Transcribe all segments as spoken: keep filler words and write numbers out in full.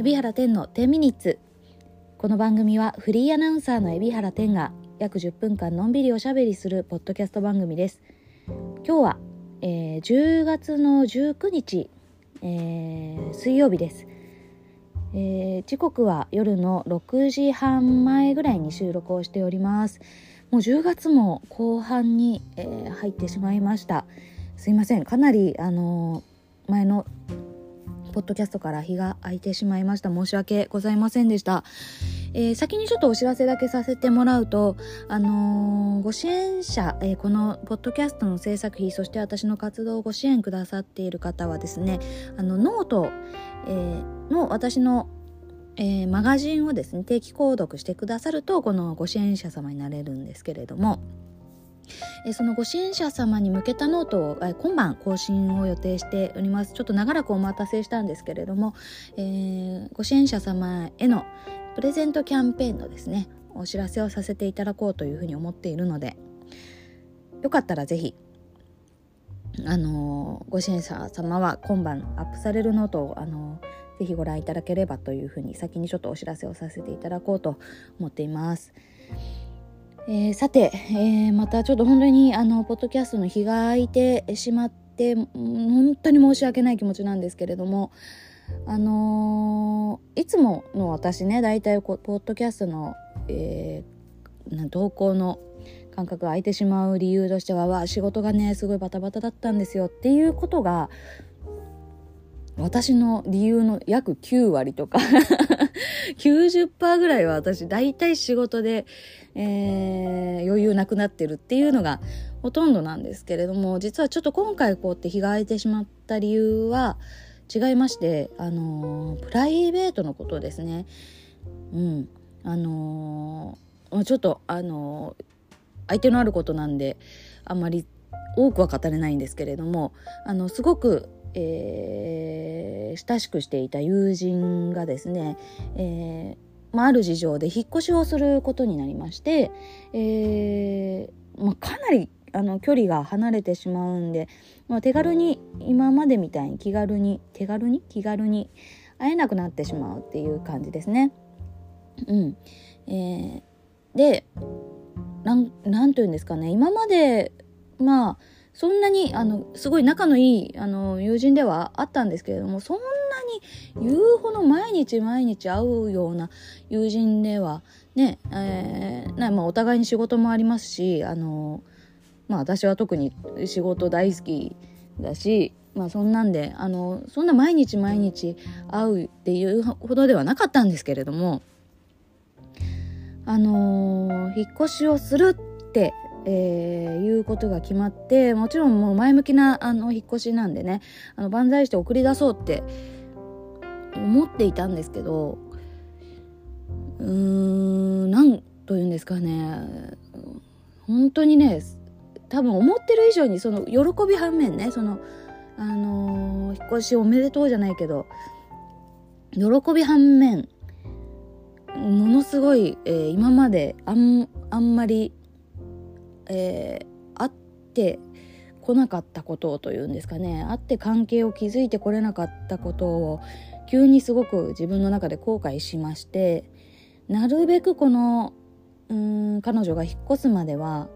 海老原天のじゅうミニッツ。この番組はフリーアナウンサーの海老原天が約じゅっぷんかんのんびりおしゃべりするポッドキャスト番組です。今日は、えー、じゅうがつのじゅうくにち、えー、水曜日です。えー、時刻は夜のろくじはんまえぐらいに収録をしております。もうじゅうがつも後半に、えー、入ってしまいました。すいません、かなりあのー、前のポッドキャストから日が空いてしまいました。申し訳ございませんでした。えー、先にちょっとお知らせだけさせてもらうと、あのー、ご支援者、えー、このポッドキャストの制作費、そして私の活動をご支援くださっている方はですね、あのノート、えー、の私の、えー、マガジンをですね定期購読してくださると、このご支援者様になれるんですけれども、えー、そのご支援者様に向けたノートを、えー、今晩更新を予定しております。ちょっと長らくお待たせしたんですけれども、えー、ご支援者様へのプレゼントキャンペーンのですねお知らせをさせていただこうというふうに思っているので、よかったらぜひあのー、ご支援者様は今晩アップされるノートを、あのー、ぜひご覧いただければというふうに先にちょっとお知らせをさせていただこうと思っています。えー、さて、えー、またちょっと本当にあのポッドキャストの日が空いてしまって本当に申し訳ない気持ちなんですけれども、あのー、いつもの私ね、だいたいポッドキャストの、えー、投稿の間隔が空いてしまう理由としては、わ仕事がねすごいバタバタだったんですよっていうことが私の理由の約きゅうわりとかきゅうじゅっパーセント ぐらいは私だいたい仕事で、えー、余裕なくなってるっていうのがほとんどなんですけれども、実はちょっと今回こうやって日が空いてしまった理由は違いまして、あのー、プライベートのことですね。うんあのー、ちょっとあのー、相手のあることなんであんまり多くは語れないんですけれども、あのすごくえー、親しくしていた友人がですね、えーまあ、ある事情で引っ越しをすることになりまして、えーまあ、かなりあの距離が離れてしまうんで、まあ、手軽に今までみたいに気軽に手軽に気軽に会えなくなってしまうっていう感じですね。うんえー、でなん、なんていうんですかね、今までまあそんなにあのすごい仲のいいあの友人ではあったんですけれども、そんなに言うほど毎日毎日会うような友人ではね、えーなまあ、お互いに仕事もありますし、あの、まあ、私は特に仕事大好きだし、まあ、そんなんであのそんな毎日毎日会うっていうほどではなかったんですけれども、あの引っ越しをするってえー、いうことが決まって、もちろんもう前向きなあの引っ越しなんでね、あの万歳して送り出そうって思っていたんですけど、うーんなんというんですかね、本当にね多分思ってる以上にその喜び反面ね、そのあのー、引っ越しおめでとうじゃないけど喜び反面ものすごい、えー、今まであん、あんまりえー、会ってこなかったことというんですかね、会って関係を築いてこれなかったことを急にすごく自分の中で後悔しまして、なるべくこのうーん彼女が引っ越すまでは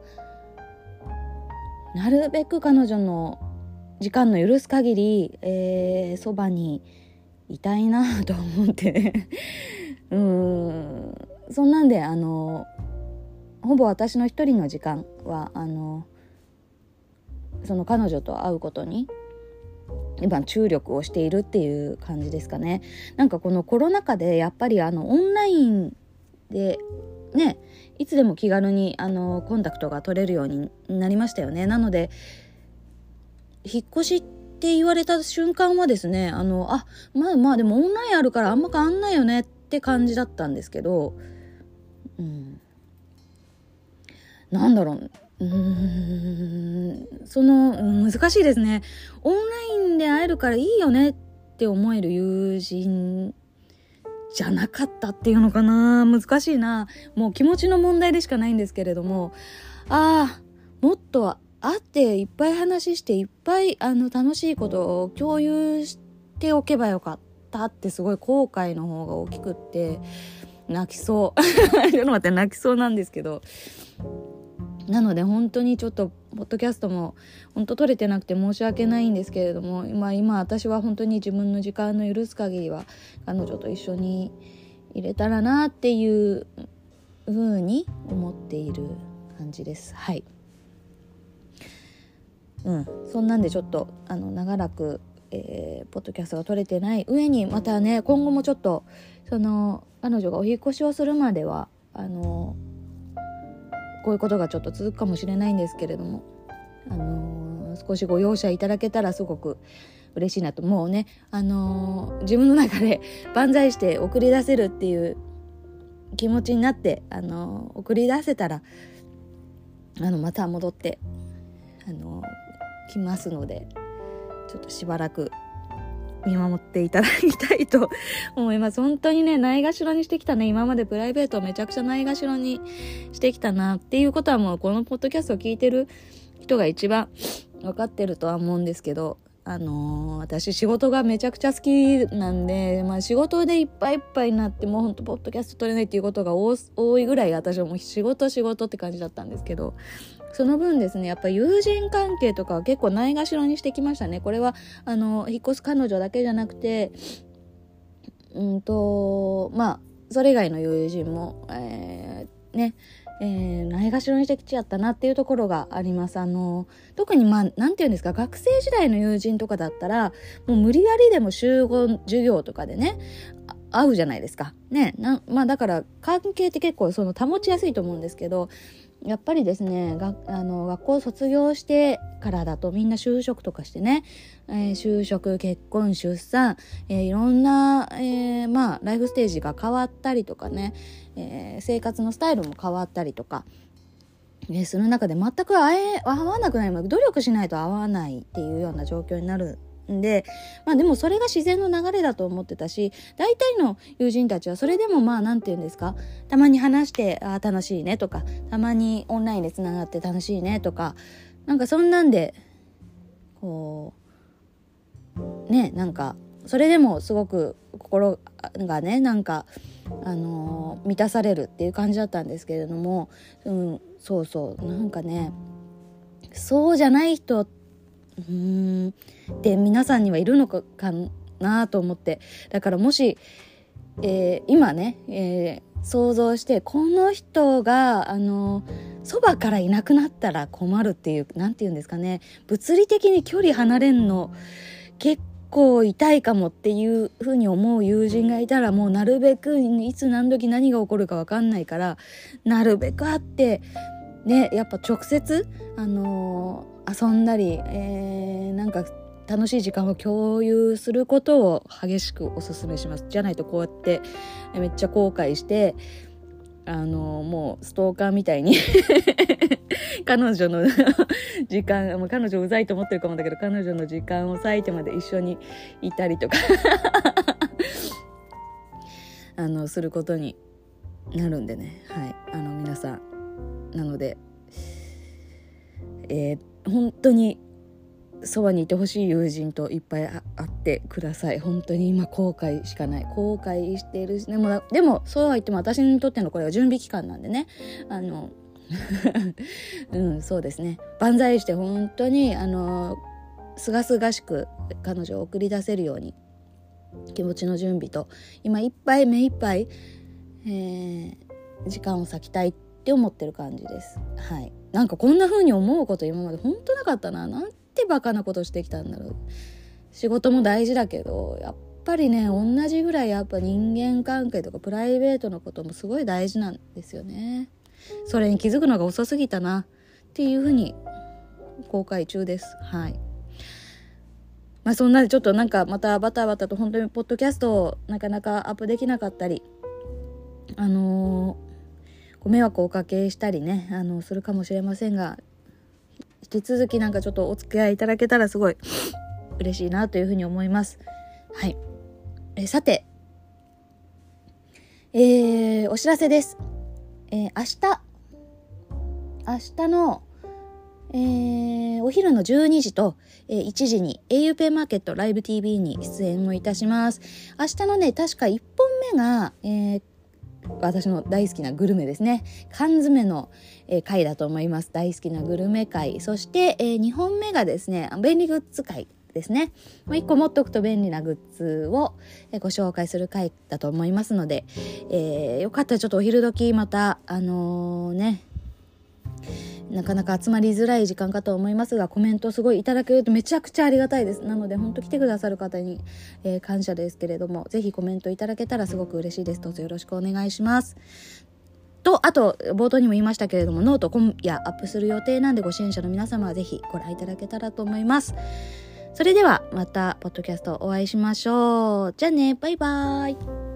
なるべく彼女の時間の許す限り、えー、そばにいたいなと思ってうーんそんなんであのほぼ私の一人の時間はあのその彼女と会うことに今注力をしているっていう感じですかね。なんかこのコロナ禍でやっぱりあのオンラインでねいつでも気軽にあのコンタクトが取れるようになりましたよね。なので引っ越しって言われた瞬間はですね、あのあまあまあでもオンラインあるからあんま変わんないよねって感じだったんですけど、うんなんだろう、うーんその難しいですね。オンラインで会えるからいいよねって思える友人じゃなかったっていうのかな。難しいな。もう気持ちの問題でしかないんですけれども、ああもっと会っていっぱい話していっぱいあの楽しいことを共有しておけばよかっったってすごい後悔の方が大きくって泣きそうちょっと待って泣きそうなんですけど、なので本当にちょっとポッドキャストも本当撮れてなくて申し訳ないんですけれども、今今私は本当に自分の時間の許す限りは彼女と一緒に入れたらなっていう風に思っている感じです。はい、うん、そんなんでちょっとあの長らく、えー、ポッドキャストが撮れてない上にまたね、今後もちょっとその彼女がお引越しをするまではあのこういうことがちょっと続くかもしれないんですけれども、あのー、少しご容赦いただけたらすごく嬉しいなと。もうね、あのー、自分の中で万歳して送り出せるっていう気持ちになって、あのー、送り出せたらあのまた戻って、あのー、来ますので、ちょっとしばらく見守っていただきたいと思います。本当にね、ないがしろにしてきたね。今までプライベートをめちゃくちゃないがしろにしてきたなっていうことは、もうこのポッドキャストを聞いてる人が一番分かってるとは思うんですけど、あのー、私仕事がめちゃくちゃ好きなんで、まあ仕事でいっぱいいっぱいになって、もう本当ポッドキャスト撮れないっていうことが 多, 多いぐらい、私はもう仕事仕事って感じだったんですけど、その分ですね、やっぱり友人関係とかは結構ないがしろにしてきましたね。これはあの引っ越す彼女だけじゃなくて、うんとまあそれ以外の友人も、えー、ね、えー、ないがしろにしてきちゃったなっていうところがあります。あの特にまあなんていうんですか、学生時代の友人とかだったらもう無理やりでも集合授業とかでね会うじゃないですかね。なまあだから関係って結構その保ちやすいと思うんですけど、やっぱりですね、があの学校卒業してからだとみんな就職とかしてね、えー、就職、結婚、出産、えー、いろんな、えー、まあライフステージが変わったりとかね、えー、生活のスタイルも変わったりとか、えー、その中で全く会え会わなくないも努力しないと会わないっていうような状況になるで、まあでもそれが自然の流れだと思ってたし、大体の友人たちはそれでもまあなんて言うんですか、たまに話してあ楽しいねとか、たまにオンラインでつながって楽しいねとか、なんかそんなんでこうね、なんかそれでもすごく心がね、なんかあのー、満たされるっていう感じだったんですけれども、うん、そうそうなんかね、そうじゃない人ってうーんで皆さんにはいるのかなと思って、だからもし、えー、今ね、えー、想像してこの人があのそばからいなくなったら困るっていう、なんていうんですかね、物理的に距離離れんの結構痛いかもっていう風に思う友人がいたら、もうなるべくいつ何時何が起こるか分かんないから、なるべく会ってね、やっぱ直接あのー遊んだり、えー、なんか楽しい時間を共有することを激しくお勧めします。じゃないとこうやってめっちゃ後悔して、あのもうストーカーみたいに彼女の時間、もう彼女うざいと思ってるかもだけど、彼女の時間を割いてまで一緒にいたりとかあのすることになるんでね、はい、あの皆さん、なので、えー、本当にそばにいてほしい友人といっぱい会ってください。本当に今後悔しかない。後悔しているし、でもでもそうは言っても私にとってのこれは準備期間なんでね、あのうんそうですね、万歳して本当にあのすがすがしく彼女を送り出せるように気持ちの準備と、今いっぱい目いっぱい、えー、時間を割きたいって思ってる感じです。はい、なんかこんな風に思うこと今まで本当なかったな。なんてバカなことしてきたんだろう。仕事も大事だけど、やっぱりね、同じぐらいやっぱ人間関係とかプライベートのこともすごい大事なんですよね。それに気づくのが遅すぎたなっていう風に後悔中です。はい。まあそんなでちょっとなんかまたバタバタと本当にポッドキャストをなかなかアップできなかったり、あのーご迷惑をおかけしたりね、あのするかもしれませんが、引き続きなんかちょっとお付き合いいただけたらすごい嬉しいなというふうに思います。はい。えさて、えー、お知らせです。えー、明日明日のえー、お昼のじゅうにじと、えー、いちじに auPay マーケットライブ ティーブイ に出演をいたします。明日のね、確かいっぽんめが、えー、私の大好きなグルメですね。缶詰の、えー、回だと思います。大好きなグルメ回。そして、えー、にほんめがですね、便利グッズ回ですね。いっこ持っておくと便利なグッズをご紹介する回だと思いますので、えー、よかったらちょっとお昼時また、あのー、ね、なかなか集まりづらい時間かと思いますが、コメントすごいいただけるとめちゃくちゃありがたいです。なので本当来てくださる方に、えー、感謝ですけれども、ぜひコメントいただけたらすごく嬉しいです。どうぞよろしくお願いします。と、あと冒頭にも言いましたけれども、ノート今夜アップする予定なんで、ご支援者の皆様はぜひご覧いただけたらと思います。それではまたポッドキャストお会いしましょう。じゃあね、バイバーイ。